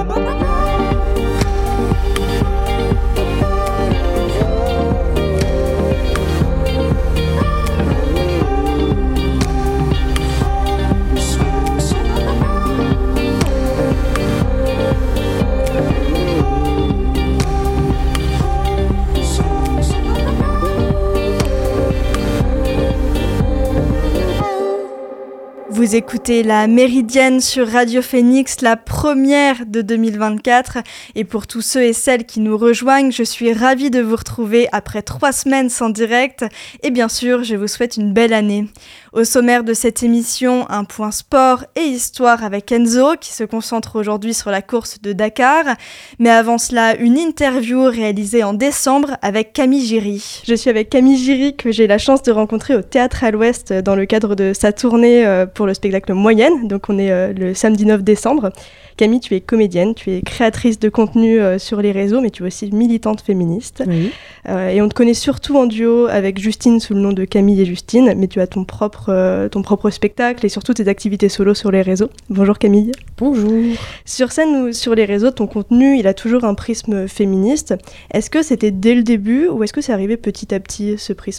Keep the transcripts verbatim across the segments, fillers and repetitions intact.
Vous écoutez la Méridienne sur Radio Phoenix, la première de deux mille vingt-quatre. Et pour tous ceux et celles qui nous rejoignent, je suis ravie de vous retrouver après trois semaines sans direct. Et bien sûr, je vous souhaite une belle année. Au sommaire de cette émission, un point sport et histoire avec Enzo, qui se concentre aujourd'hui sur la course de Dakar. Mais avant cela, une interview réalisée en décembre avec Camille Giry. Je suis avec Camille Giry, que j'ai la chance de rencontrer au Théâtre à l'Ouest dans le cadre de sa tournée pour le spectacle Moyenne. Donc on est euh, le samedi neuf décembre. Camille, tu es comédienne, tu es créatrice de contenu euh, sur les réseaux, mais tu es aussi militante féministe. Oui. Euh, et on te connaît surtout en duo avec Justine sous le nom de Camille et Justine, mais tu as ton propre, euh, ton propre spectacle et surtout tes activités solo sur les réseaux. Bonjour Camille. Bonjour. Sur scène ou sur les réseaux, ton contenu, il a toujours un prisme féministe. Est-ce que c'était dès le début ou est-ce que c'est arrivé petit à petit, ce prisme ?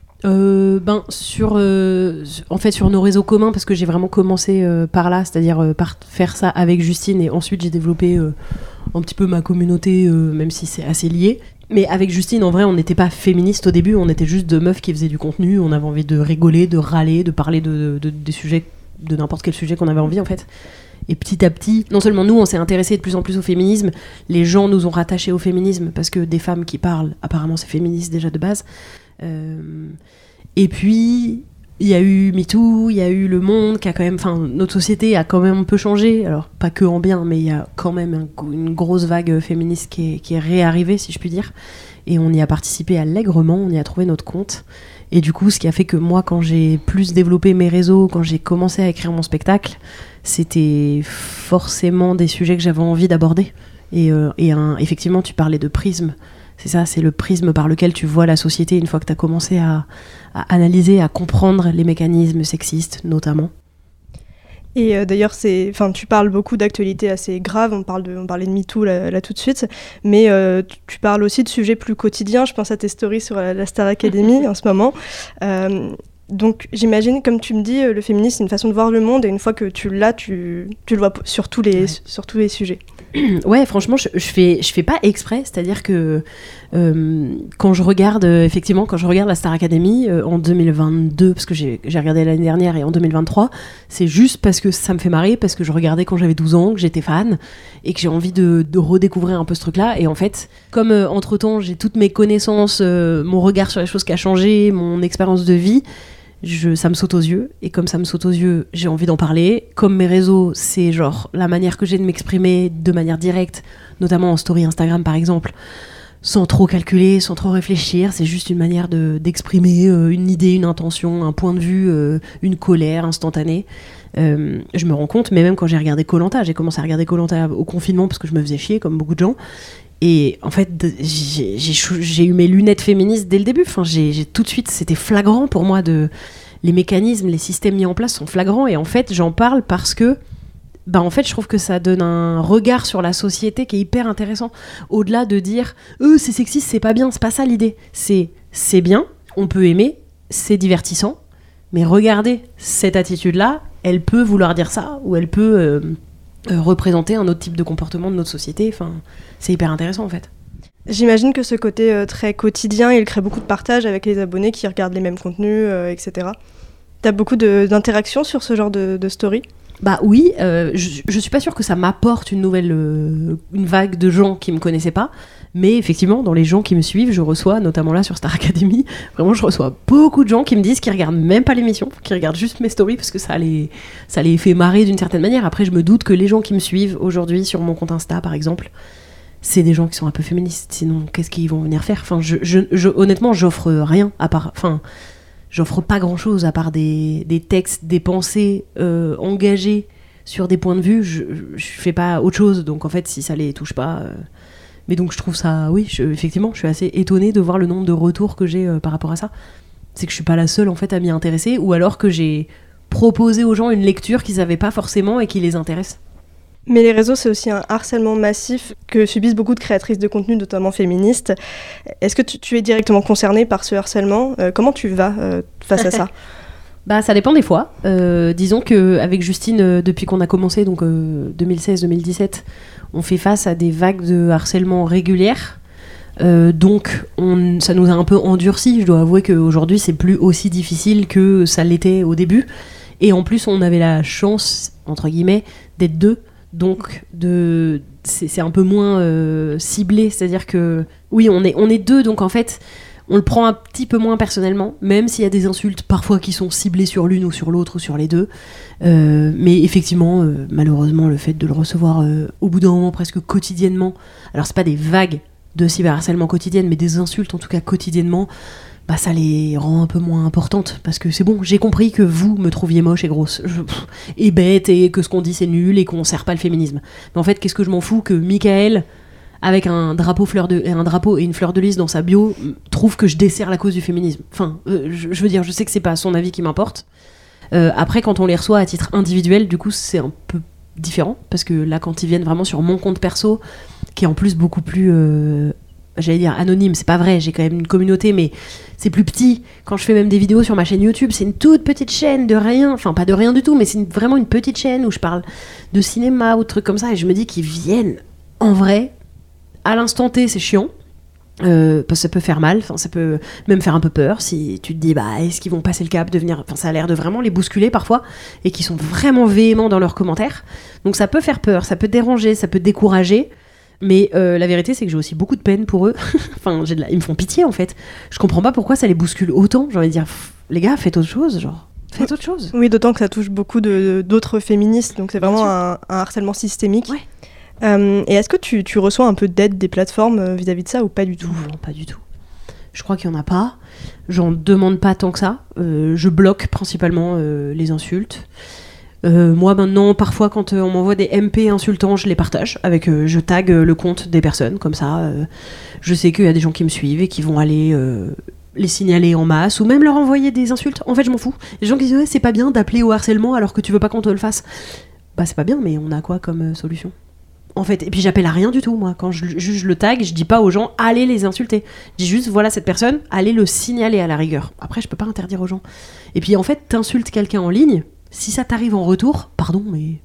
Euh, ben sur euh, en fait sur nos réseaux communs, parce que j'ai vraiment commencé euh, par là, c'est-à-dire euh, par faire ça avec Justine, et ensuite j'ai développé euh, un petit peu ma communauté, euh, même si c'est assez lié. Mais avec Justine, en vrai, on n'était pas féministes au début, on était juste deux meufs qui faisaient du contenu, on avait envie de rigoler, de râler, de parler de, de, de des sujets, de n'importe quel sujet qu'on avait envie en fait. Et petit à petit, non seulement nous, on s'est intéressé de plus en plus au féminisme, les gens nous ont rattachés au féminisme, parce que des femmes qui parlent, apparemment c'est féministe déjà de base. Euh, et puis il y a eu MeToo, il y a eu Le Monde qui a quand même, enfin notre société a quand même un peu changé, alors pas que en bien, mais il y a quand même un, une grosse vague féministe qui est, qui est réarrivée, si je puis dire, et on y a participé allègrement, on y a trouvé notre compte. Et du coup, ce qui a fait que moi, quand j'ai plus développé mes réseaux, quand j'ai commencé à écrire mon spectacle, c'était forcément des sujets que j'avais envie d'aborder. Et, euh, et un, effectivement, tu parlais de prisme. C'est ça, c'est le prisme par lequel tu vois la société une fois que tu as commencé à, à analyser, à comprendre les mécanismes sexistes, notamment. Et euh, d'ailleurs, c'est, tu parles beaucoup d'actualités assez graves, on, parle de, on parlait de MeToo là, là tout de suite, mais euh, tu, tu parles aussi de sujets plus quotidiens, je pense à tes stories sur la, la Star Academy en ce moment. Euh, donc j'imagine, comme tu me dis, le féminisme c'est une façon de voir le monde, et une fois que tu l'as, tu, tu le vois sur tous les, ouais. sur tous les sujets. Ouais, franchement, je, je fais, je fais pas exprès, c'est-à-dire que euh, quand je regarde, euh, effectivement, quand je regarde la Star Academy euh, en deux mille vingt-deux, parce que j'ai, j'ai regardé l'année dernière, et en deux mille vingt-trois, c'est juste parce que ça me fait marrer, parce que je regardais quand j'avais douze ans, que j'étais fan, et que j'ai envie de, de redécouvrir un peu ce truc-là. Et en fait, comme euh, entre-temps, j'ai toutes mes connaissances, euh, mon regard sur les choses qui a changé, mon expérience de vie, Je, ça me saute aux yeux, et comme ça me saute aux yeux, j'ai envie d'en parler. Comme mes réseaux, c'est genre la manière que j'ai de m'exprimer de manière directe, notamment en story Instagram par exemple, sans trop calculer, sans trop réfléchir, c'est juste une manière de, d'exprimer euh, une idée, une intention, un point de vue, euh, une colère instantanée. Euh, je me rends compte, mais même quand j'ai regardé Koh-Lanta, j'ai commencé à regarder Koh-Lanta au confinement parce que je me faisais chier comme beaucoup de gens. Et en fait, j'ai, j'ai, j'ai eu mes lunettes féministes dès le début. Enfin, j'ai, j'ai tout de suite, c'était flagrant pour moi. De, les mécanismes, les systèmes mis en place sont flagrants. Et en fait, j'en parle parce que, bah, en fait, je trouve que ça donne un regard sur la société qui est hyper intéressant. Au-delà de dire, euh, c'est sexiste, c'est pas bien. C'est pas ça l'idée. C'est, c'est bien, on peut aimer, c'est divertissant. Mais regardez, cette attitude-là, elle peut vouloir dire ça, ou elle peut euh, euh, représenter un autre type de comportement de notre société. Enfin, c'est hyper intéressant en fait. J'imagine que ce côté euh, très quotidien, il crée beaucoup de partage avec les abonnés qui regardent les mêmes contenus, euh, et cetera. T'as beaucoup de, d'interactions sur ce genre de, de story ? Bah oui, euh, je, je suis pas sûre que ça m'apporte une nouvelle, euh, une vague de gens qui me connaissaient pas, mais effectivement, dans les gens qui me suivent, je reçois, notamment là sur Star Academy, vraiment je reçois beaucoup de gens qui me disent qu'ils regardent même pas l'émission, qui regardent juste mes stories parce que ça les, ça les fait marrer d'une certaine manière. Après, je me doute que les gens qui me suivent aujourd'hui sur mon compte Insta, par exemple, c'est des gens qui sont un peu féministes, sinon qu'est-ce qu'ils vont venir faire ? Enfin, je, je, je, honnêtement, j'offre rien à part... Enfin, j'offre pas grand-chose à part des, des textes, des pensées euh, engagées sur des points de vue. Je, je fais pas autre chose, donc en fait, si ça les touche pas... Euh... Mais donc je trouve ça... Oui, je, effectivement, je suis assez étonnée de voir le nombre de retours que j'ai euh, par rapport à ça. C'est que je suis pas la seule, en fait, à m'y intéresser, ou alors que j'ai proposé aux gens une lecture qu'ils avaient pas forcément et qui les intéresse. Mais les réseaux, c'est aussi un harcèlement massif que subissent beaucoup de créatrices de contenu, notamment féministes. Est-ce que tu, tu es directement concernée par ce harcèlement ? euh, Comment tu vas euh, face à ça ? Bah, ça dépend des fois. Euh, disons qu'avec Justine, euh, depuis qu'on a commencé, donc euh, deux mille seize deux mille dix-sept, on fait face à des vagues de harcèlement régulières. Euh, donc on, ça nous a un peu endurci. Je dois avouer qu'aujourd'hui, c'est plus aussi difficile que ça l'était au début. Et en plus, on avait la chance, entre guillemets, d'être deux. Donc, de, c'est, c'est un peu moins euh, ciblé. C'est-à-dire que, oui, on est, on est deux, donc en fait, on le prend un petit peu moins personnellement, même s'il y a des insultes parfois qui sont ciblées sur l'une ou sur l'autre ou sur les deux. Euh, mais effectivement, euh, malheureusement, le fait de le recevoir euh, au bout d'un moment presque quotidiennement, alors c'est pas des vagues de cyberharcèlement quotidiennes, mais des insultes en tout cas quotidiennement, bah ça les rend un peu moins importantes, parce que c'est bon, j'ai compris que vous me trouviez moche et grosse, je, pff, et bête, et que ce qu'on dit c'est nul, et qu'on sert pas le féminisme. Mais en fait, qu'est-ce que je m'en fous que Michael, avec un drapeau, fleur de, un drapeau et une fleur de lys dans sa bio, trouve que je dessert la cause du féminisme. Enfin, euh, je, je veux dire, je sais que c'est pas son avis qui m'importe. Euh, après, quand on les reçoit à titre individuel, du coup, c'est un peu différent, parce que là, quand ils viennent vraiment sur mon compte perso, qui est en plus beaucoup plus... Euh, j'allais dire anonyme, c'est pas vrai, j'ai quand même une communauté, mais c'est plus petit. Quand je fais même des vidéos sur ma chaîne YouTube, c'est une toute petite chaîne de rien, enfin pas de rien du tout, mais c'est une, vraiment une petite chaîne où je parle de cinéma ou de trucs comme ça, et je me dis qu'ils viennent en vrai, à l'instant T, c'est chiant, euh, parce que ça peut faire mal, enfin ça peut même faire un peu peur, si tu te dis, bah est-ce qu'ils vont passer le cap de venir, enfin ça a l'air de vraiment les bousculer parfois, et qu'ils sont vraiment véhéments dans leurs commentaires, donc ça peut faire peur, ça peut déranger, ça peut décourager. Mais euh, la vérité, c'est que j'ai aussi beaucoup de peine pour eux. Enfin, j'ai de la... ils me font pitié en fait. Je comprends pas pourquoi ça les bouscule autant. J'ai envie de dire, les gars, faites autre chose, genre. Faites autre chose. Oui, d'autant que ça touche beaucoup de, d'autres féministes, donc c'est vraiment un, un harcèlement systémique. Ouais. Euh, et est-ce que tu, tu reçois un peu d'aide des plateformes vis-à-vis de ça ou pas du tout ? Non, pas du tout. Je crois qu'il y en a pas. J'en demande pas tant que ça. Euh, je bloque principalement euh, les insultes. Euh, moi maintenant, parfois quand euh, on m'envoie des M P insultants, je les partage avec, euh, je tag euh, le compte des personnes comme ça. Euh, je sais qu'il y a des gens qui me suivent et qui vont aller euh, les signaler en masse ou même leur envoyer des insultes. En fait, je m'en fous. Les gens qui disent ouais, c'est pas bien d'appeler au harcèlement alors que tu veux pas qu'on te le fasse. Bah c'est pas bien, mais on a quoi comme euh, solution ? En fait, et puis j'appelle à rien du tout moi. Quand je, je, je le tag, je dis pas aux gens allez les insulter. Je dis juste voilà cette personne, allez le signaler à la rigueur. Après, je peux pas interdire aux gens. Et puis en fait, t'insultes quelqu'un en ligne. Si ça t'arrive en retour, pardon, mais...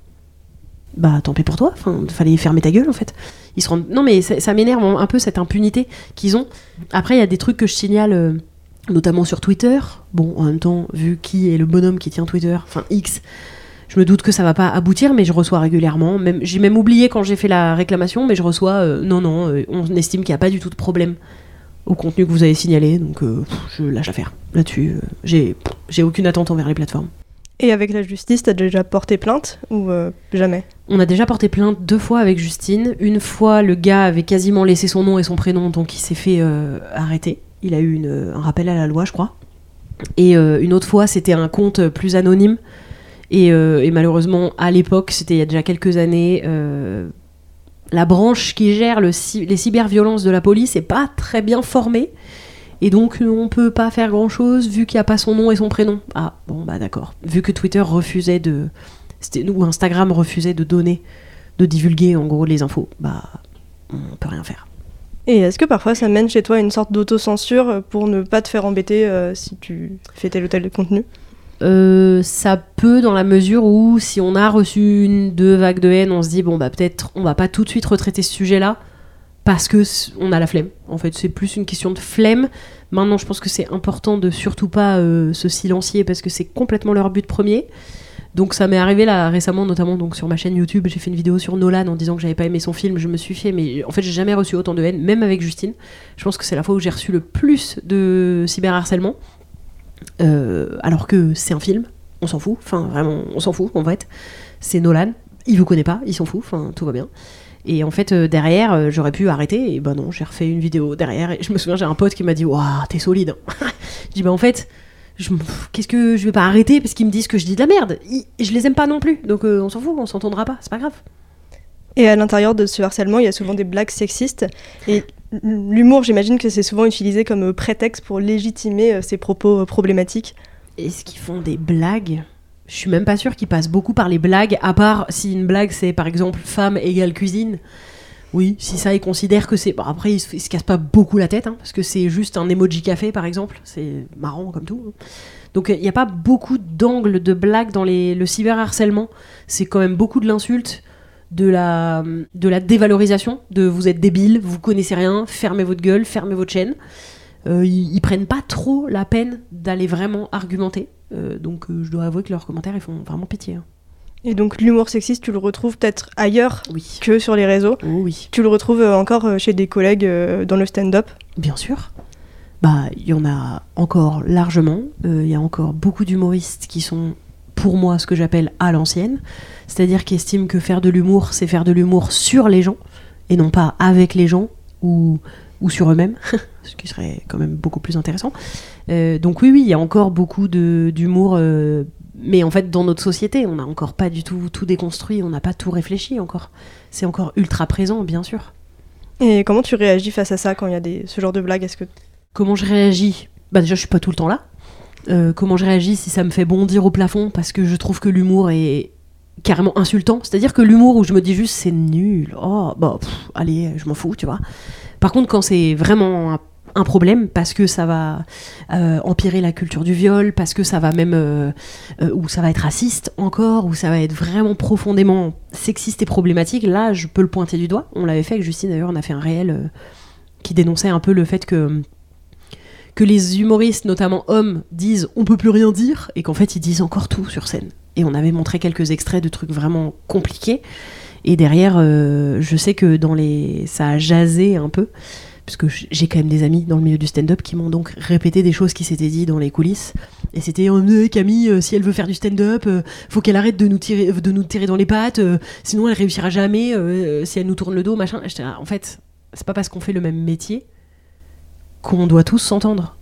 Bah, tant pis pour toi. Enfin, fallait fermer ta gueule, en fait. Ils se rendent... Non, mais ça, ça m'énerve un peu, cette impunité qu'ils ont. Après, il y a des trucs que je signale, euh, notamment sur Twitter. Bon, en même temps, vu qui est le bonhomme qui tient Twitter, enfin X, je me doute que ça va pas aboutir, mais je reçois régulièrement. Même, j'ai même oublié quand j'ai fait la réclamation, mais je reçois... Euh, non, non, euh, on estime qu'il n'y a pas du tout de problème au contenu que vous avez signalé, donc euh, je lâche affaire. Là-dessus, euh, j'ai, j'ai aucune attente envers les plateformes. Et avec la justice, t'as déjà porté plainte ou euh, jamais ? On a déjà porté plainte deux fois avec Justine. Une fois, le gars avait quasiment laissé son nom et son prénom, donc il s'est fait euh, arrêter. Il a eu une, un rappel à la loi, je crois. Et euh, une autre fois, c'était un compte plus anonyme. Et, euh, et malheureusement, à l'époque, c'était il y a déjà quelques années, euh, la branche qui gère le, les cyberviolences de la police n'est pas très bien formée. Et donc, on peut pas faire grand-chose vu qu'il n'y a pas son nom et son prénom. Ah, bon, bah d'accord. Vu que Twitter refusait de... C'était, ou Instagram refusait de donner, de divulguer, en gros, les infos, bah, on peut rien faire. Et est-ce que parfois, ça mène chez toi une sorte d'autocensure pour ne pas te faire embêter euh, si tu fais tel ou tel contenu ? euh, Ça peut, dans la mesure où, si on a reçu une, deux vagues de haine, on se dit, bon, bah peut-être, on va pas tout de suite retraiter ce sujet-là, parce que on a la flemme. En fait, c'est plus une question de flemme. Maintenant, je pense que c'est important de surtout pas euh, se silencier parce que c'est complètement leur but premier. Donc ça m'est arrivé là récemment, notamment donc sur ma chaîne YouTube, j'ai fait une vidéo sur Nolan en disant que j'avais pas aimé son film. Je me suis fait, mais en fait, j'ai jamais reçu autant de haine, même avec Justine. Je pense que c'est la fois où j'ai reçu le plus de cyberharcèlement, euh, alors que c'est un film. On s'en fout. Enfin, vraiment, on s'en fout en fait. C'est Nolan. Il vous connaît pas, il s'en fout. Enfin, tout va bien. Et en fait, euh, derrière, euh, j'aurais pu arrêter. Et ben non, j'ai refait une vidéo derrière. Et je me souviens, j'ai un pote qui m'a dit « Waouh, t'es solide. » Je dis « Bah en fait, je, qu'est-ce que je vais pas arrêter parce qu'ils me disent que je dis de la merde. Ils, je les aime pas non plus. Donc euh, on s'en fout, on s'entendra pas. C'est pas grave. » Et à l'intérieur de ce harcèlement, il y a souvent des blagues sexistes. Et l'humour, j'imagine que c'est souvent utilisé comme prétexte pour légitimer ces propos problématiques. Est-ce qu'ils font des blagues ? Je suis même pas sûre qu'il passe beaucoup par les blagues, à part si une blague c'est par exemple femme égale cuisine. Oui, si ça, ils considèrent que c'est... Bon, après, ils se, ils se cassent pas beaucoup la tête, hein, parce que c'est juste un emoji café, par exemple. C'est marrant comme tout. Donc, il n'y a pas beaucoup d'angles de blagues dans les, le cyberharcèlement. C'est quand même beaucoup de l'insulte, de la, de la dévalorisation, de vous êtes débile, vous connaissez rien, fermez votre gueule, fermez votre chaîne. Euh, ils, ils prennent pas trop la peine d'aller vraiment argumenter. Euh, donc, euh, je dois avouer que leurs commentaires, ils font vraiment pitié. Hein. Et donc l'humour sexiste, tu le retrouves peut-être ailleurs oui. que sur les réseaux. Oh, oui. Tu le retrouves encore chez des collègues dans le stand-up. Bien sûr. Bah, il y en a encore largement. Il euh, y a encore beaucoup d'humoristes qui sont, pour moi, ce que j'appelle à l'ancienne. C'est-à-dire qui estiment que faire de l'humour, c'est faire de l'humour sur les gens, et non pas avec les gens ou, ou sur eux-mêmes, ce qui serait quand même beaucoup plus intéressant. Euh, donc oui, oui, il y a encore beaucoup de, d'humour... Euh, mais en fait, dans notre société, on n'a encore pas du tout tout déconstruit, on n'a pas tout réfléchi encore. C'est encore ultra présent, bien sûr. Et comment tu réagis face à ça quand il y a des, ce genre de blagues? Est-ce que... Comment je réagis? Bah déjà, je suis pas tout le temps là. Euh, comment je réagis si ça me fait bondir au plafond parce que je trouve que l'humour est carrément insultant? C'est-à-dire que l'humour où je me dis juste c'est nul, oh bah pff, allez, je m'en fous, tu vois. Par contre, quand c'est vraiment un un problème parce que ça va euh, empirer la culture du viol, parce que ça va même euh, euh, ou ça va être raciste encore, ou ça va être vraiment profondément sexiste et problématique, là je peux le pointer du doigt. On l'avait fait avec Justine d'ailleurs, on a fait un réel euh, qui dénonçait un peu le fait que que les humoristes, notamment hommes, disent on peut plus rien dire, et qu'en fait ils disent encore tout sur scène. Et on avait montré quelques extraits de trucs vraiment compliqués, et derrière euh, je sais que dans les ça a jasé un peu, parce que j'ai quand même des amis dans le milieu du stand-up qui m'ont donc répété des choses qui s'étaient dit dans les coulisses. Et c'était oh, « Camille, euh, si elle veut faire du stand-up, euh, faut qu'elle arrête de nous tirer, de nous tirer dans les pattes, euh, sinon elle réussira jamais, euh, si elle nous tourne le dos, machin. » J'étais là, en fait, c'est pas parce qu'on fait le même métier qu'on doit tous s'entendre.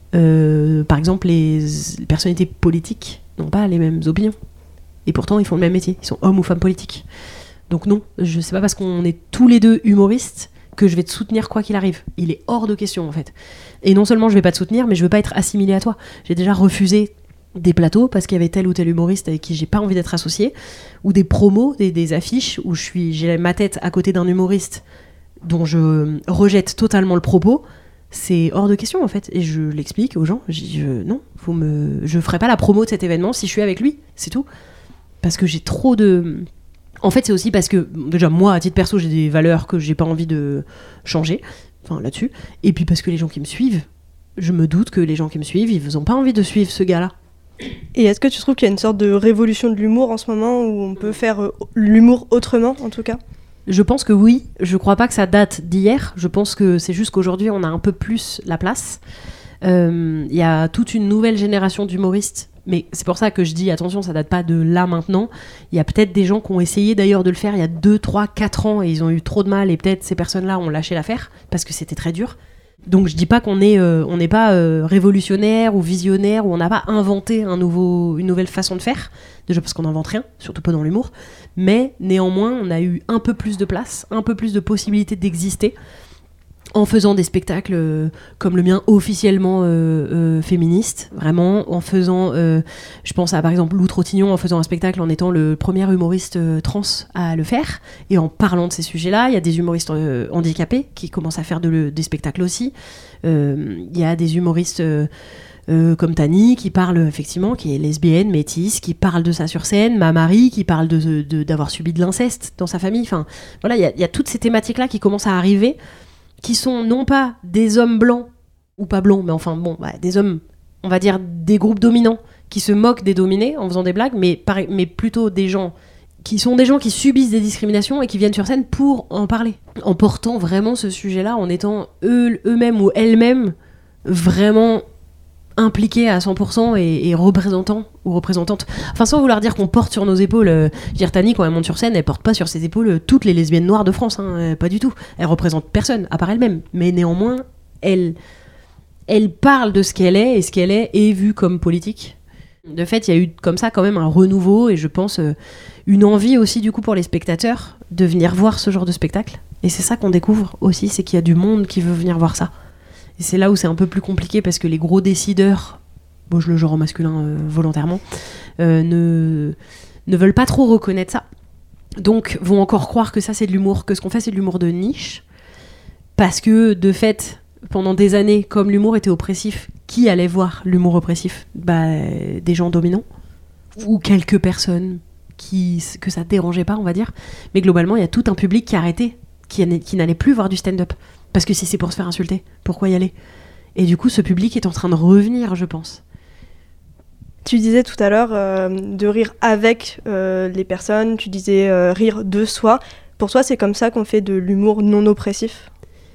Euh, par exemple, les, les personnalités politiques n'ont pas les mêmes opinions. Et pourtant, ils font le même métier. Ils sont hommes ou femmes politiques. Donc non, je sais pas parce qu'on est tous les deux humoristes que je vais te soutenir quoi qu'il arrive. Il est hors de question en fait. Et non seulement je vais pas te soutenir, mais je veux pas être assimilée à toi. J'ai déjà refusé des plateaux parce qu'il y avait tel ou tel humoriste avec qui j'ai pas envie d'être associée, ou des promos, des, des affiches où je suis, j'ai ma tête à côté d'un humoriste dont je rejette totalement le propos. C'est hors de question en fait. Et je l'explique aux gens. Je dis je, non, faut me, je ferai pas la promo de cet événement si je suis avec lui. C'est tout. Parce que j'ai trop de... En fait, c'est aussi parce que, déjà, moi, à titre perso, j'ai des valeurs que j'ai pas envie de changer, enfin, là-dessus. Et puis parce que les gens qui me suivent, je me doute que les gens qui me suivent, ils ont pas envie de suivre ce gars-là. Et est-ce que tu trouves qu'il y a une sorte de révolution de l'humour en ce moment, où on peut faire euh, l'humour autrement, en tout cas? Je pense que oui. Je crois pas que ça date d'hier. Je pense que c'est juste qu'aujourd'hui, on a un peu plus la place. Il euh, y a toute une nouvelle génération d'humoristes. Mais c'est pour ça que je dis, attention, ça date pas de là maintenant. Il y a peut-être des gens qui ont essayé d'ailleurs de le faire il y a deux, trois, quatre ans et ils ont eu trop de mal et peut-être ces personnes-là ont lâché l'affaire parce que c'était très dur. Donc je dis pas qu'on est, euh, on n'est pas euh, révolutionnaire ou visionnaire ou on n'a pas inventé un nouveau, une nouvelle façon de faire. Déjà parce qu'on n'invente rien, surtout pas dans l'humour. Mais néanmoins, on a eu un peu plus de place, un peu plus de possibilités d'exister en faisant des spectacles euh, comme le mien officiellement euh, euh, féministe, vraiment, en faisant, euh, je pense à par exemple Lou Trottignon, en faisant un spectacle en étant le premier humoriste euh, trans à le faire, et en parlant de ces sujets-là. Il y a des humoristes euh, handicapés qui commencent à faire de le, des spectacles aussi. Euh, il y a des humoristes euh, euh, comme Tani qui parle effectivement, qui est lesbienne, métisse, qui parle de ça sur scène, ma Marie qui parle de, de, d'avoir subi de l'inceste dans sa famille. Enfin, voilà, il y a, il y a toutes ces thématiques-là qui commencent à arriver, qui sont non pas des hommes blancs, ou pas blancs, mais enfin bon, bah, des hommes, on va dire des groupes dominants, qui se moquent des dominés en faisant des blagues, mais, par, mais plutôt des gens qui sont des gens qui subissent des discriminations et qui viennent sur scène pour en parler, en portant vraiment ce sujet-là, en étant eux, eux-mêmes ou elles-mêmes vraiment impliqués à cent pour cent et, et représentants ou représentantes. Enfin, sans vouloir dire qu'on porte sur nos épaules, euh, Tani, quand elle monte sur scène, elle porte pas sur ses épaules euh, toutes les lesbiennes noires de France, hein, euh, pas du tout. Elle représente personne, à part elle-même. Mais néanmoins, elle, elle parle de ce qu'elle est, et ce qu'elle est est vu comme politique. De fait, il y a eu comme ça quand même un renouveau, et je pense euh, une envie aussi du coup pour les spectateurs de venir voir ce genre de spectacle. Et c'est ça qu'on découvre aussi, c'est qu'il y a du monde qui veut venir voir ça. Et c'est là où c'est un peu plus compliqué parce que les gros décideurs bon, je le genre au masculin euh, volontairement, euh, ne, ne veulent pas trop reconnaître ça. Donc, vont encore croire que ça, c'est de l'humour, que ce qu'on fait, c'est de l'humour de niche. Parce que, de fait, pendant des années, comme l'humour était oppressif, qui allait voir l'humour oppressif ? Bah, des gens dominants. Ou quelques personnes qui, que ça dérangeait pas, on va dire. Mais globalement, il y a tout un public qui a arrêté, qui, qui n'allait plus voir du stand-up. Parce que si c'est pour se faire insulter, pourquoi y aller ? Et du coup, ce public est en train de revenir, je pense. Tu disais tout à l'heure euh, de rire avec euh, les personnes, tu disais euh, rire de soi. Pour toi, c'est comme ça qu'on fait de l'humour non oppressif ?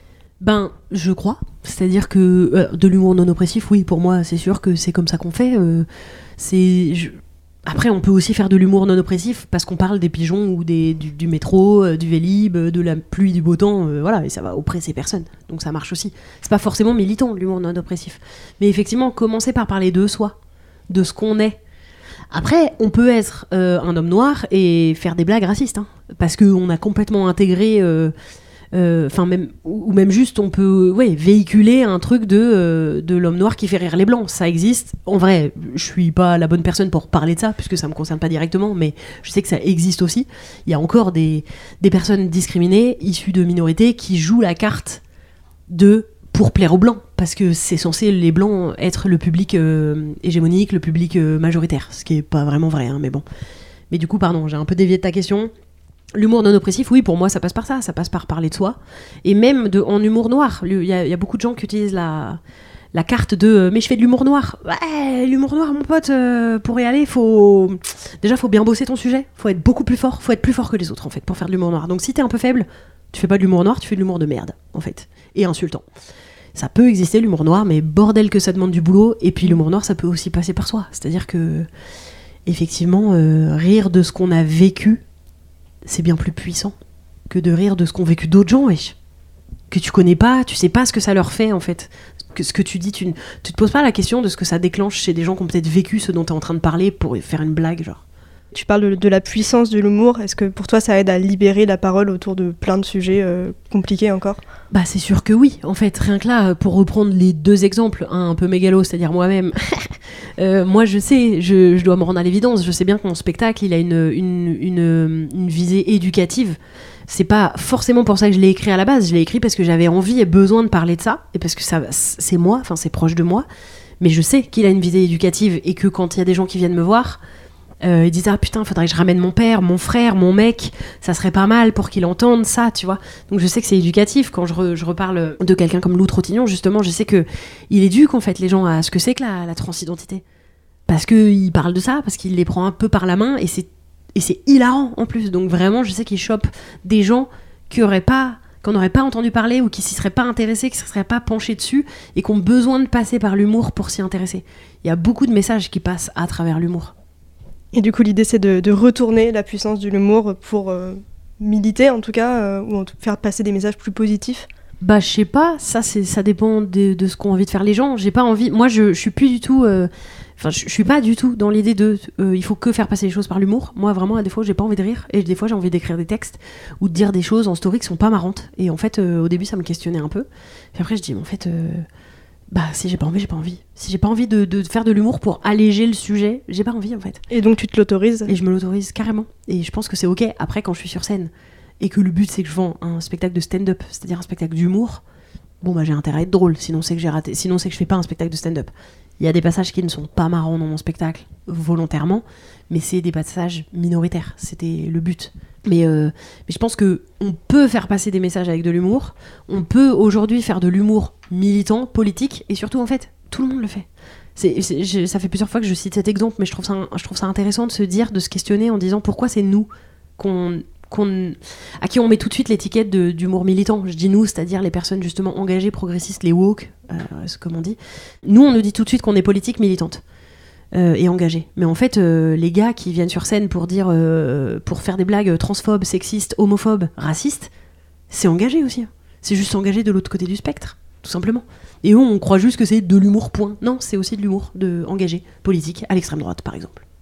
Ben, je crois. C'est-à-dire que euh, de l'humour non oppressif, oui, pour moi, c'est sûr que c'est comme ça qu'on fait. Euh, c'est... Je... Après, on peut aussi faire de l'humour non oppressif parce qu'on parle des pigeons ou des, du, du métro, euh, du Vélib, euh, de la pluie, du beau temps, euh, voilà, et ça va oppresser personne. Donc ça marche aussi. C'est pas forcément militant, l'humour non oppressif. Mais effectivement, commencer par parler de soi, de ce qu'on est. Après, on peut être euh, un homme noir et faire des blagues racistes, hein, parce qu'on a complètement intégré... Euh, enfin euh, même ou même juste on peut ouais véhiculer un truc de euh, de l'homme noir qui fait rire les blancs, ça existe. En vrai, je suis pas la bonne personne pour parler de ça puisque ça me concerne pas directement, mais je sais que ça existe aussi. Il y a encore des des personnes discriminées issues de minorités qui jouent la carte de pour plaire aux blancs parce que c'est censé les blancs être le public euh, hégémonique, le public euh, majoritaire, ce qui est pas vraiment vrai, hein, mais bon. Mais du coup, pardon, j'ai un peu dévié de ta question. L'humour non oppressif, oui, pour moi, ça passe par ça. Ça passe par parler de soi. Et même de, en humour noir. Il y, y a beaucoup de gens qui utilisent la, la carte de euh, « mais je fais de l'humour noir ». Ouais, l'humour noir, mon pote, euh, pour y aller, faut... déjà, faut bien bosser ton sujet. Faut être beaucoup plus fort. Faut être plus fort que les autres, en fait, pour faire de l'humour noir. Donc, si t'es un peu faible, tu fais pas de l'humour noir, tu fais de l'humour de merde, en fait. Et insultant. Ça peut exister, l'humour noir, mais bordel que ça demande du boulot. Et puis, l'humour noir, ça peut aussi passer par soi. C'est-à-dire que, effectivement, euh, rire de ce qu'on a vécu, c'est bien plus puissant que de rire de ce qu'ont vécu d'autres gens, wesh. Que tu connais pas, tu sais pas ce que ça leur fait, en fait. Que ce que tu dis, tu ne tu te poses pas la question de ce que ça déclenche chez des gens qui ont peut-être vécu ce dont t'es en train de parler pour faire une blague, genre. Tu parles de, de la puissance de l'humour. Est-ce que pour toi, ça aide à libérer la parole autour de plein de sujets euh, compliqués encore ? Bah, c'est sûr que oui. En fait, rien que là, pour reprendre les deux exemples, un un peu mégalo, c'est-à-dire moi-même, euh, moi, je sais, je, je dois me rendre à l'évidence, je sais bien que mon spectacle, il a une, une, une, une visée éducative. C'est pas forcément pour ça que je l'ai écrit à la base. Je l'ai écrit parce que j'avais envie et besoin de parler de ça, et parce que ça, c'est moi, enfin, c'est proche de moi. Mais je sais qu'il a une visée éducative, et que quand il y a des gens qui viennent me voir, Euh, ils disent ah putain faudrait que je ramène mon père, mon frère, mon mec, ça serait pas mal pour qu'il entende ça, tu vois. Donc je sais que c'est éducatif. Quand je, re, je reparle de quelqu'un comme Lou Trottignon, justement, je sais que il éduque en fait les gens à ce que c'est que la, la transidentité, parce que il parle de ça, parce qu'il les prend un peu par la main, et c'est et c'est hilarant en plus. Donc vraiment je sais qu'il chope des gens qui auraient pas qu'on n'aurait pas entendu parler, ou qui s'y seraient pas intéressés, qui ne se seraient pas penchés dessus, et qui ont besoin de passer par l'humour pour s'y intéresser. Il y a beaucoup de messages qui passent à travers l'humour. Et du coup, l'idée, c'est de, de retourner la puissance de l'humour pour euh, militer, en tout cas, euh, ou en tout, faire passer des messages plus positifs. Bah, je sais pas, ça, c'est, ça dépend de, de ce qu'ont envie de faire les gens. J'ai pas envie... Moi, je, je suis plus du tout... Enfin, euh, je, je suis pas du tout dans l'idée de... Euh, il faut que faire passer les choses par l'humour. Moi, vraiment, à des fois, j'ai pas envie de rire. Et des fois, j'ai envie d'écrire des textes ou de dire des choses en story qui sont pas marrantes. Et en fait, euh, au début, ça me questionnait un peu. Puis après, je dis, mais en fait... Euh... Bah, si j'ai pas envie, j'ai pas envie. Si j'ai pas envie de, de faire de l'humour pour alléger le sujet, j'ai pas envie en fait. Et donc tu te l'autorises ? Et je me l'autorise carrément. Et je pense que c'est ok après quand je suis sur scène et que le but c'est que je vends un spectacle de stand-up, c'est-à-dire un spectacle d'humour. Bon bah j'ai intérêt à être drôle, sinon c'est que j'ai raté, sinon c'est que je fais pas un spectacle de stand-up. Il y a des passages qui ne sont pas marrants dans mon spectacle volontairement, mais c'est des passages minoritaires. C'était le but. Mais, euh, mais je pense que on peut faire passer des messages avec de l'humour. On peut aujourd'hui faire de l'humour militant, politique, et surtout en fait, tout le monde le fait. C'est, c'est, je, ça fait plusieurs fois que je cite cet exemple, mais je trouve ça, je trouve ça intéressant de se dire, de se questionner en disant pourquoi c'est nous qu'on, qu'on, à qui on met tout de suite l'étiquette de, d'humour militant. Je dis nous, c'est-à-dire les personnes justement engagées, progressistes, les woke, euh, c'est comme on dit. Nous, on nous dit tout de suite qu'on est politique, militante. Euh, et engagé. Mais en fait, euh, les gars qui viennent sur scène pour dire, euh, pour faire des blagues transphobes, sexistes, homophobes, racistes, c'est engagé aussi. C'est juste engagé de l'autre côté du spectre, tout simplement. Et eux, on croit juste que c'est de l'humour, point. Non, c'est aussi de l'humour, de engagé, politique, à l'extrême droite, par exemple.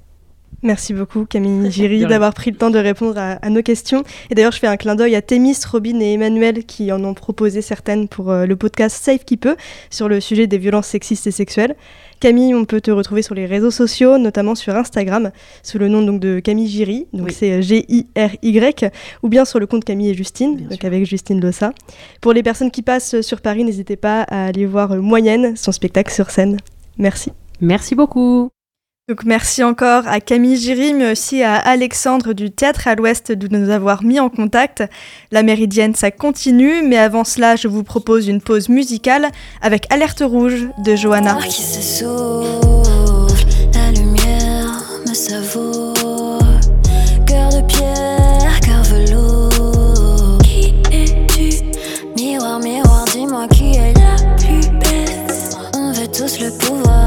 Merci beaucoup Camille Giry d'avoir pris le temps de répondre à, à nos questions. Et d'ailleurs, je fais un clin d'œil à Thémis, Robin et Emmanuel qui en ont proposé certaines pour euh, le podcast Safe qui peut sur le sujet des violences sexistes et sexuelles. Camille, on peut te retrouver sur les réseaux sociaux, notamment sur Instagram, sous le nom donc, de Camille Giry, donc oui. c'est G I R Y, ou bien sur le compte Camille et Justine, bien donc sûr. Avec Justine Lossa. Pour les personnes qui passent sur Paris, n'hésitez pas à aller voir Moyenne, son spectacle sur scène. Merci. Merci beaucoup. Donc merci encore à Camille Giry, mais aussi à Alexandre du Théâtre à l'Ouest de nous avoir mis en contact. La Méridienne, ça continue, mais avant cela, je vous propose une pause musicale avec Alerte Rouge de Johanna. Qui se sauve, la lumière me savoure. Cœur de pierre, cœur velours. Qui es-tu? Miroir, miroir, dis-moi qui est la plus belle. On veut tous le pouvoir.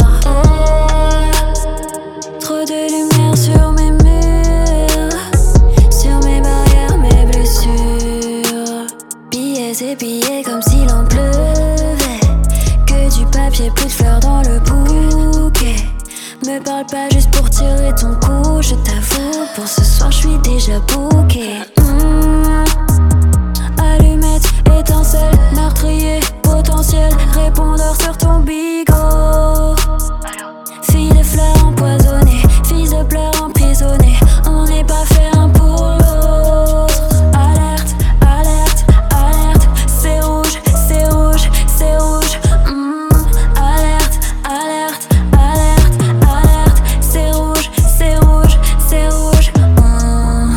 Trop de lumière sur mes murs, sur mes barrières, mes blessures. Billets et billets comme s'il en pleuvait. Que du papier, plus de fleurs dans le bouquet. Me parle pas juste pour tirer ton coup, je t'avoue, pour ce soir je suis déjà booké. Mmh. Allumette, étincelle, meurtrier, potentiel, répondeur sur ton bigot. Fille de fleurs empoisonnée, fils de pleurs emprisonnée. On n'est pas fait un pour l'autre. Alerte, alerte, alerte. C'est rouge, c'est rouge, c'est rouge. Mmh. Alerte, alerte, alerte, alerte. C'est rouge, c'est rouge, c'est rouge. Mmh.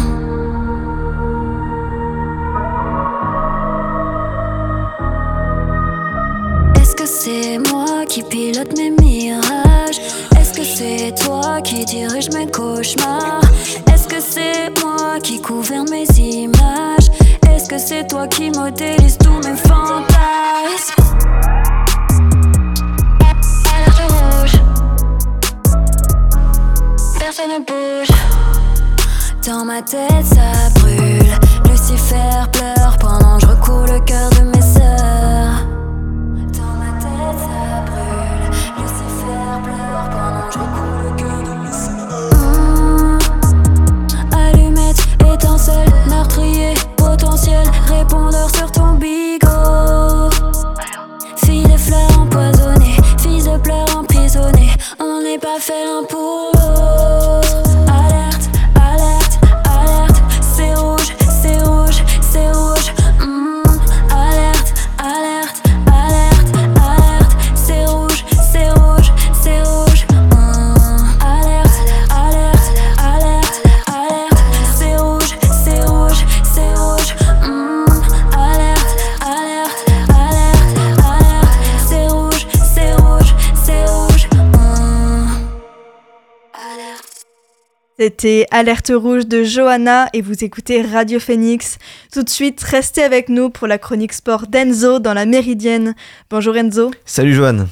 Est-ce que c'est moi qui pilote mes mirages? Est-ce que c'est toi qui dirige mes cauchemars? Est-ce que c'est moi qui gouverne mes images? Est-ce que c'est toi qui modélise tous mes fantasmes? Alerte rouge, personne ne bouge. Dans ma tête ça brûle. Lucifer pleure pendant que je recoule le cœur de mes sœurs. Dans ma tête ça brûle. Lucifer pleure pendant que je recoule le cœur de mes sœurs. Mmh. Allumette, étincelle, meurtrier, potentiel, répondeur sur ton bigot. Fille de fleurs empoisonnée, fils de pleurs emprisonnée. On n'est pas fait l'un pour l'autre. Alerte, alerte, alerte. C'est rouge, c'est rouge, c'est rouge. Mmh. Alerte, alerte, alerte, alerte. C'est rouge, c'est rouge, c'est rouge. Mmh. Alerte, alerte, alerte, alerte. C'est rouge, c'est rouge, c'est rouge. Mmh. Alerte, alerte, alerte, alerte. C'est rouge, c'est rouge, c'est rouge. Mmh. Alerte. C'était Alerte Rouge de Johanna et vous écoutez Radio Phoenix. Tout de suite, restez avec nous pour la chronique sport d'Enzo dans la Méridienne. Bonjour Enzo. Salut Joanne.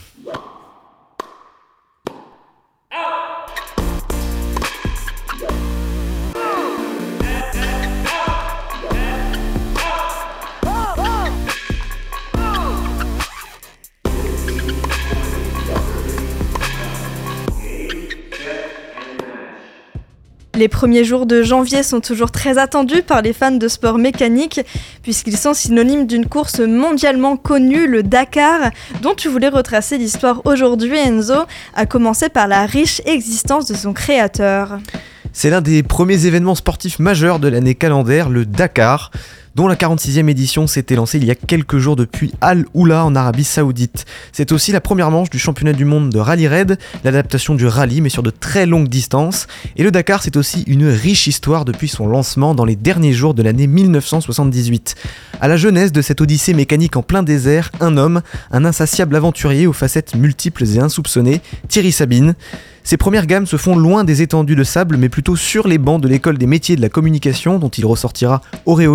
Les premiers jours de janvier sont toujours très attendus par les fans de sport mécanique puisqu'ils sont synonymes d'une course mondialement connue, le Dakar, dont tu voulais retracer l'histoire aujourd'hui, Enzo, à commencer par la riche existence de son créateur. C'est l'un des premiers événements sportifs majeurs de l'année calendaire, le Dakar, dont la quarante-sixième édition s'était lancée il y a quelques jours depuis Al-Oula en Arabie Saoudite. C'est aussi la première manche du championnat du monde de rallye raid, l'adaptation du rallye mais sur de très longues distances. Et le Dakar, c'est aussi une riche histoire depuis son lancement dans les derniers jours de l'année mille neuf cent soixante-dix-huit. À la jeunesse de cette odyssée mécanique en plein désert, un homme, un insatiable aventurier aux facettes multiples et insoupçonnées, Thierry Sabine. Ses premières gammes se font loin des étendues de sable, mais plutôt sur les bancs de l'école des métiers de la communication, dont il ressortira auréolé du titre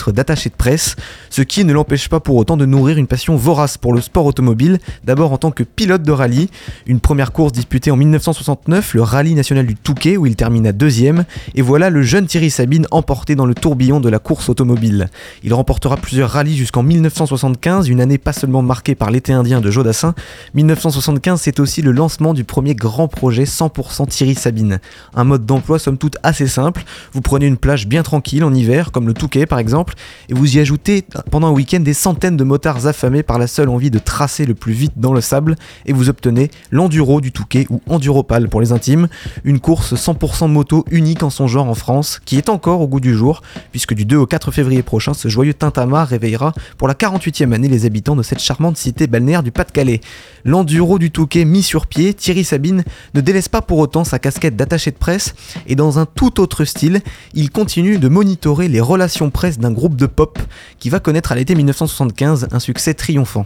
titre d'attaché de presse, ce qui ne l'empêche pas pour autant de nourrir une passion vorace pour le sport automobile, d'abord en tant que pilote de rallye. Une première course disputée en dix-neuf cent soixante-neuf, le rallye national du Touquet, où il termina deuxième, et voilà le jeune Thierry Sabine emporté dans le tourbillon de la course automobile. Il remportera plusieurs rallyes jusqu'en dix-neuf cent soixante-quinze, une année pas seulement marquée par l'été indien de Jodassin. dix-neuf cent soixante-quinze, c'est aussi le lancement du premier grand projet cent pour cent Thierry Sabine. Un mode d'emploi somme toute assez simple, vous prenez une plage bien tranquille en hiver, comme le Touquet par exemple, et vous y ajoutez pendant un week-end des centaines de motards affamés par la seule envie de tracer le plus vite dans le sable, et vous obtenez l'Enduro du Touquet, ou Enduropal pour les intimes, une course cent pour cent moto unique en son genre en France, qui est encore au goût du jour, puisque du deux au quatre février prochain, ce joyeux tintamarre réveillera pour la quarante-huitième année les habitants de cette charmante cité balnéaire du Pas-de-Calais. L'Enduro du Touquet mis sur pied, Thierry Sabine ne délaisse pas pour autant sa casquette d'attaché de presse, et dans un tout autre style, il continue de monitorer les relations presse d'un groupe de pop qui va connaître à l'été dix-neuf cent soixante-quinze un succès triomphant.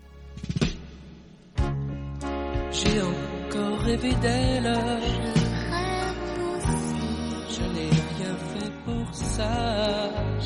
J'ai encore rêvé d'elle, je n'ai rien fait pour ça.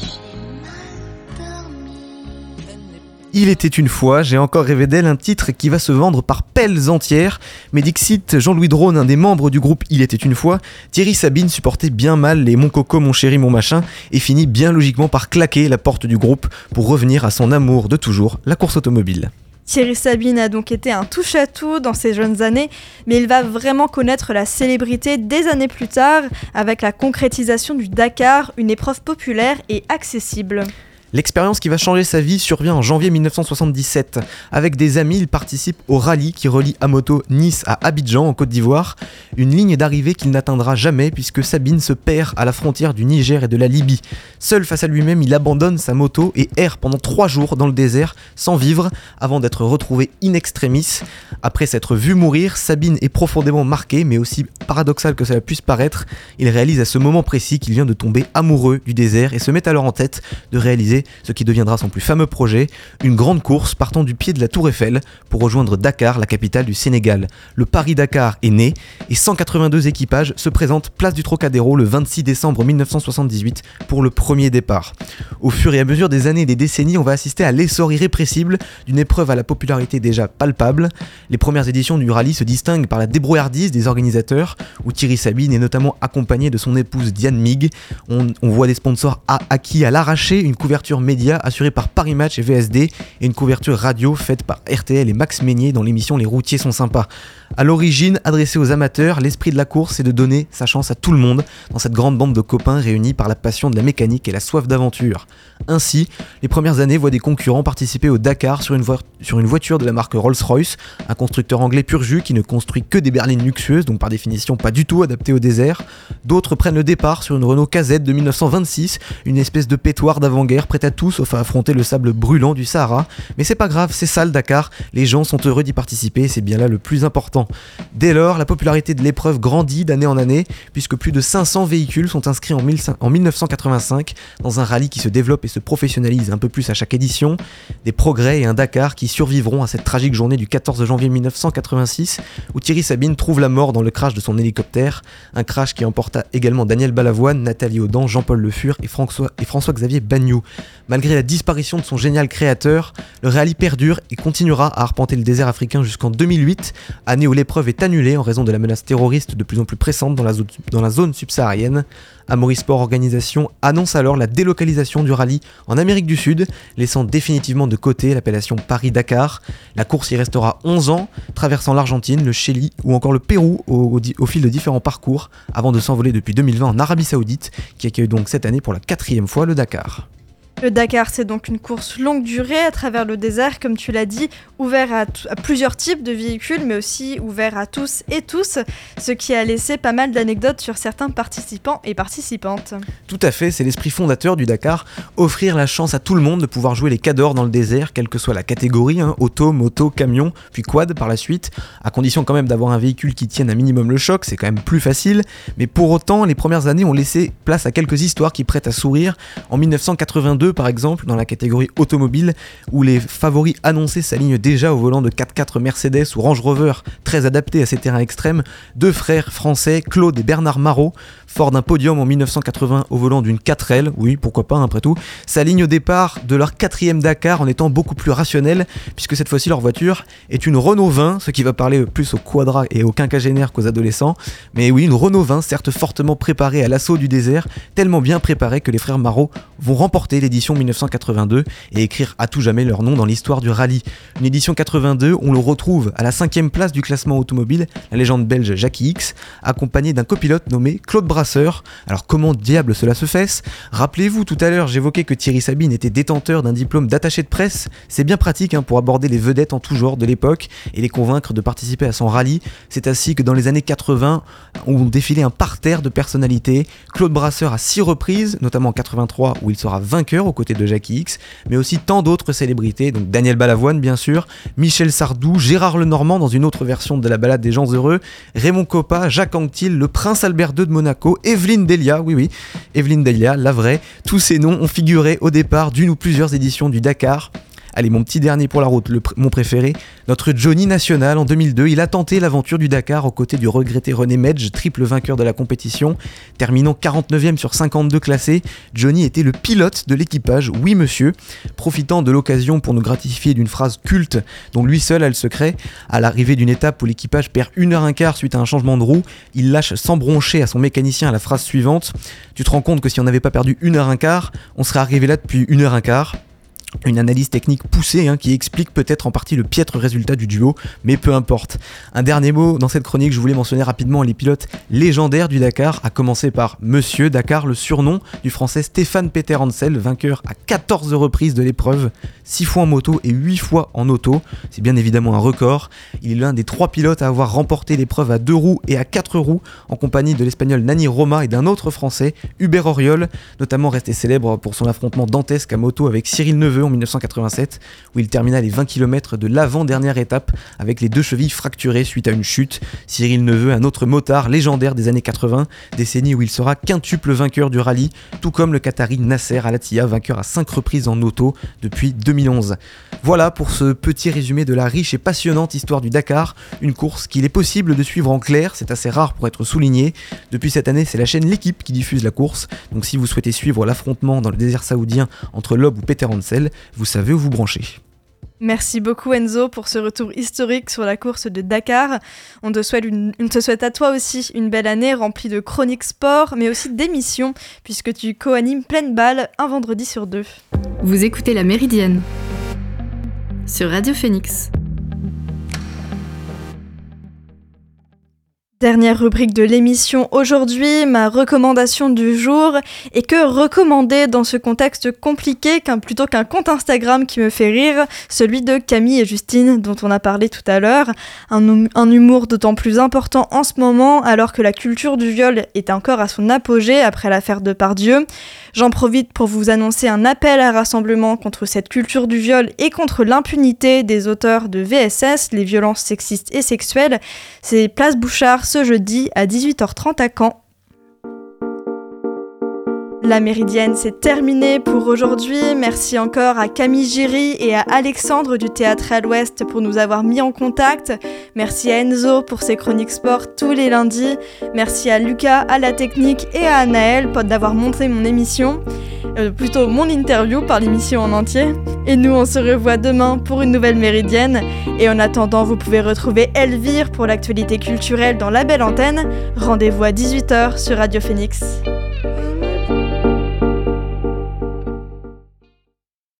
Il était une fois, j'ai encore rêvé d'elle, un titre qui va se vendre par pelles entières, mais dixit Jean-Louis Drone, un des membres du groupe Il était une fois, Thierry Sabine supportait bien mal les Mon Coco, Mon Chéri, Mon Machin, et finit bien logiquement par claquer la porte du groupe pour revenir à son amour de toujours, la course automobile. Thierry Sabine a donc été un touche-à-tout dans ses jeunes années, mais il va vraiment connaître la célébrité des années plus tard, avec la concrétisation du Dakar, une épreuve populaire et accessible. L'expérience qui va changer sa vie survient en janvier dix-neuf cent soixante-dix-sept. Avec des amis, il participe au rallye qui relie à moto Nice à Abidjan en Côte d'Ivoire. Une ligne d'arrivée qu'il n'atteindra jamais puisque Sabine se perd à la frontière du Niger et de la Libye. Seul face à lui-même, il abandonne sa moto et erre pendant trois jours dans le désert sans vivre avant d'être retrouvé in extremis. Après s'être vu mourir, Sabine est profondément marqué, mais aussi paradoxal que cela puisse paraître, il réalise à ce moment précis qu'il vient de tomber amoureux du désert et se met alors en tête de réaliser ce qui deviendra son plus fameux projet, une grande course partant du pied de la Tour Eiffel pour rejoindre Dakar, la capitale du Sénégal. Le Paris-Dakar est né et cent quatre-vingt-deux équipages se présentent place du Trocadéro le vingt-six décembre dix-neuf cent soixante-dix-huit pour le premier départ. Au fur et à mesure des années et des décennies, on va assister à l'essor irrépressible d'une épreuve à la popularité déjà palpable. Les premières éditions du rallye se distinguent par la débrouillardise des organisateurs, où Thierry Sabine est notamment accompagné de son épouse Diane Mig. On, on voit des sponsors à, acquis à l'arraché, une couverture média assurée par Paris Match et V S D et une couverture radio faite par R T L et Max Meignier dans l'émission Les Routiers sont sympas. À l'origine, adressé aux amateurs, l'esprit de la course c'est de donner sa chance à tout le monde dans cette grande bande de copains réunis par la passion de la mécanique et la soif d'aventure. Ainsi, les premières années voient des concurrents participer au Dakar sur une, vo- sur une voiture de la marque Rolls-Royce, un constructeur anglais pur jus qui ne construit que des berlines luxueuses, donc par définition pas du tout adaptées au désert. D'autres prennent le départ sur une Renault K Z de dix-neuf cent vingt-six, une espèce de pétoire d'avant-guerre prête à tout sauf à affronter le sable brûlant du Sahara. Mais c'est pas grave, c'est ça le Dakar, les gens sont heureux d'y participer et c'est bien là le plus important. Dès lors, la popularité de l'épreuve grandit d'année en année, puisque plus de cinq cents véhicules sont inscrits en, mille, en dix-neuf cent quatre-vingt-cinq dans un rallye qui se développe et se professionnalise un peu plus à chaque édition. Des progrès et un Dakar qui survivront à cette tragique journée du quatorze janvier dix-neuf cent quatre-vingt-six, où Thierry Sabine trouve la mort dans le crash de son hélicoptère, un crash qui emporta également Daniel Balavoine, Nathalie Audan, Jean-Paul Le Fur et, François, et François-Xavier Bagnoud. Malgré la disparition de son génial créateur, le rallye perdure et continuera à arpenter le désert africain jusqu'en deux mille huit, année où l'épreuve est annulée en raison de la menace terroriste de plus en plus pressante dans la zone, dans la zone subsaharienne. Amaury-Sport Organisation annonce alors la délocalisation du rallye en Amérique du Sud, laissant définitivement de côté l'appellation Paris-Dakar. La course y restera onze ans, traversant l'Argentine, le Chili ou encore le Pérou au, au, au fil de différents parcours, avant de s'envoler depuis deux mille vingt en Arabie Saoudite, qui accueille donc cette année pour la quatrième fois le Dakar. Le Dakar, c'est donc une course longue durée à travers le désert, comme tu l'as dit, ouvert à, t- à plusieurs types de véhicules, mais aussi ouvert à tous et tous, ce qui a laissé pas mal d'anecdotes sur certains participants et participantes. Tout à fait, c'est l'esprit fondateur du Dakar, offrir la chance à tout le monde de pouvoir jouer les cadors dans le désert, quelle que soit la catégorie, hein, auto, moto, camion, puis quad par la suite, à condition quand même d'avoir un véhicule qui tienne un minimum le choc, c'est quand même plus facile, mais pour autant, les premières années ont laissé place à quelques histoires qui prêtent à sourire. En dix-neuf cent quatre-vingt-deux, quatre-vingt-deux par exemple, dans la catégorie automobile, où les favoris annoncés s'alignent déjà au volant de quatre-quatre Mercedes ou Range Rover, très adaptés à ces terrains extrêmes. Deux frères français, Claude et Bernard Marot, forts d'un podium en mille neuf cent quatre-vingts au volant d'une quatre L, oui pourquoi pas après tout, s'alignent au départ de leur quatrième Dakar en étant beaucoup plus rationnels, puisque cette fois-ci leur voiture est une Renault vingt, ce qui va parler plus aux quadras et aux quinquagénaires qu'aux adolescents. Mais oui, une Renault vingt, certes fortement préparée à l'assaut du désert, tellement bien préparée que les frères Marot vont remporter l'édition mille neuf cent quatre-vingt-deux et écrire à tout jamais leur nom dans l'histoire du rallye. Une édition quatre-vingt-deux, on le retrouve à la cinquième place du classement automobile, la légende belge Jackie X, accompagné d'un copilote nommé Claude Brasseur. Alors comment diable cela se fait ? Rappelez-vous, tout à l'heure j'évoquais que Thierry Sabine était détenteur d'un diplôme d'attaché de presse. C'est bien pratique hein, pour aborder les vedettes en tout genre de l'époque et les convaincre de participer à son rallye. C'est ainsi que dans les années quatre-vingts, on défilait un parterre de personnalités. Claude Brasseur à six reprises, notamment en quatre-vingt-trois où il sera vainqueur aux côtés de Jackie X, mais aussi tant d'autres célébrités, donc Daniel Balavoine bien sûr, Michel Sardou, Gérard Lenormand dans une autre version de la balade des gens heureux, Raymond Coppa, Jacques Anquetil, le prince Albert deux de Monaco, Evelyne Delia, oui oui, Evelyne Delia, la vraie. Tous ces noms ont figuré au départ d'une ou plusieurs éditions du Dakar. Allez, mon petit dernier pour la route, le pr- mon préféré, notre Johnny National en deux mille deux, il a tenté l'aventure du Dakar aux côtés du regretté René Medj, triple vainqueur de la compétition. Terminant quarante-neuvième sur cinquante-deux classés, Johnny était le pilote de l'équipage, oui monsieur, profitant de l'occasion pour nous gratifier d'une phrase culte dont lui seul a le secret. À l'arrivée d'une étape où l'équipage perd une heure un quart suite à un changement de roue, il lâche sans broncher à son mécanicien la phrase suivante: tu te rends compte que si on n'avait pas perdu une heure un quart, on serait arrivé là depuis une heure un quart. Une analyse technique poussée hein, qui explique peut-être en partie le piètre résultat du duo, mais peu importe. Un dernier mot dans cette chronique, je voulais mentionner rapidement les pilotes légendaires du Dakar, à commencer par Monsieur Dakar, le surnom du français Stéphane Peter Hansel, vainqueur à quatorze reprises de l'épreuve, six fois en moto et huit fois en auto. C'est bien évidemment un record. Il est l'un des trois pilotes à avoir remporté l'épreuve à deux roues et à quatre roues, en compagnie de l'espagnol Nani Roma et d'un autre français, Hubert Auriol, notamment resté célèbre pour son affrontement dantesque à moto avec Cyril Neveu en mille neuf cent quatre-vingt-sept, où il termina les vingt kilomètres de l'avant-dernière étape avec les deux chevilles fracturées suite à une chute. Cyril Neveu, un autre motard légendaire des années quatre-vingts, décennie où il sera quintuple vainqueur du rallye, tout comme le Qatari Nasser Al-Attiyah, vainqueur à cinq reprises en auto depuis deux mille onze. Voilà pour ce petit résumé de la riche et passionnante histoire du Dakar, une course qu'il est possible de suivre en clair, c'est assez rare pour être souligné. Depuis cette année, c'est la chaîne L'équipe qui diffuse la course, donc si vous souhaitez suivre l'affrontement dans le désert saoudien entre Loeb ou Peter Hansel, vous savez où vous brancher. Merci beaucoup Enzo pour ce retour historique sur la course de Dakar. On te souhaite, une, on te souhaite à toi aussi une belle année remplie de chroniques sport, mais aussi d'émissions, puisque tu co-animes Pleine Balle un vendredi sur deux. Vous écoutez La Méridienne sur Radio Phoenix. Dernière rubrique de l'émission aujourd'hui, ma recommandation du jour. Et que recommander dans ce contexte compliqué qu'un, plutôt qu'un compte Instagram qui me fait rire, celui de Camille et Justine dont on a parlé tout à l'heure. Un, un humour d'autant plus important en ce moment alors que la culture du viol est encore à son apogée après l'affaire Depardieu. J'en profite pour vous annoncer un appel à rassemblement contre cette culture du viol et contre l'impunité des auteurs de V S S, les violences sexistes et sexuelles. C'est Place Bouchard ce jeudi à dix-huit heures trente à Caen. La Méridienne, c'est terminé pour aujourd'hui. Merci encore à Camille Giry et à Alexandre du Théâtre à l'Ouest pour nous avoir mis en contact. Merci à Enzo pour ses chroniques sport tous les lundis. Merci à Lucas, à la technique et à Anaël d'avoir monté mon émission. Euh, plutôt mon interview par l'émission en entier. Et nous, on se revoit demain pour une nouvelle Méridienne. Et en attendant, vous pouvez retrouver Elvire pour l'actualité culturelle dans la belle antenne. Rendez-vous à dix-huit heures sur Radio Phoenix.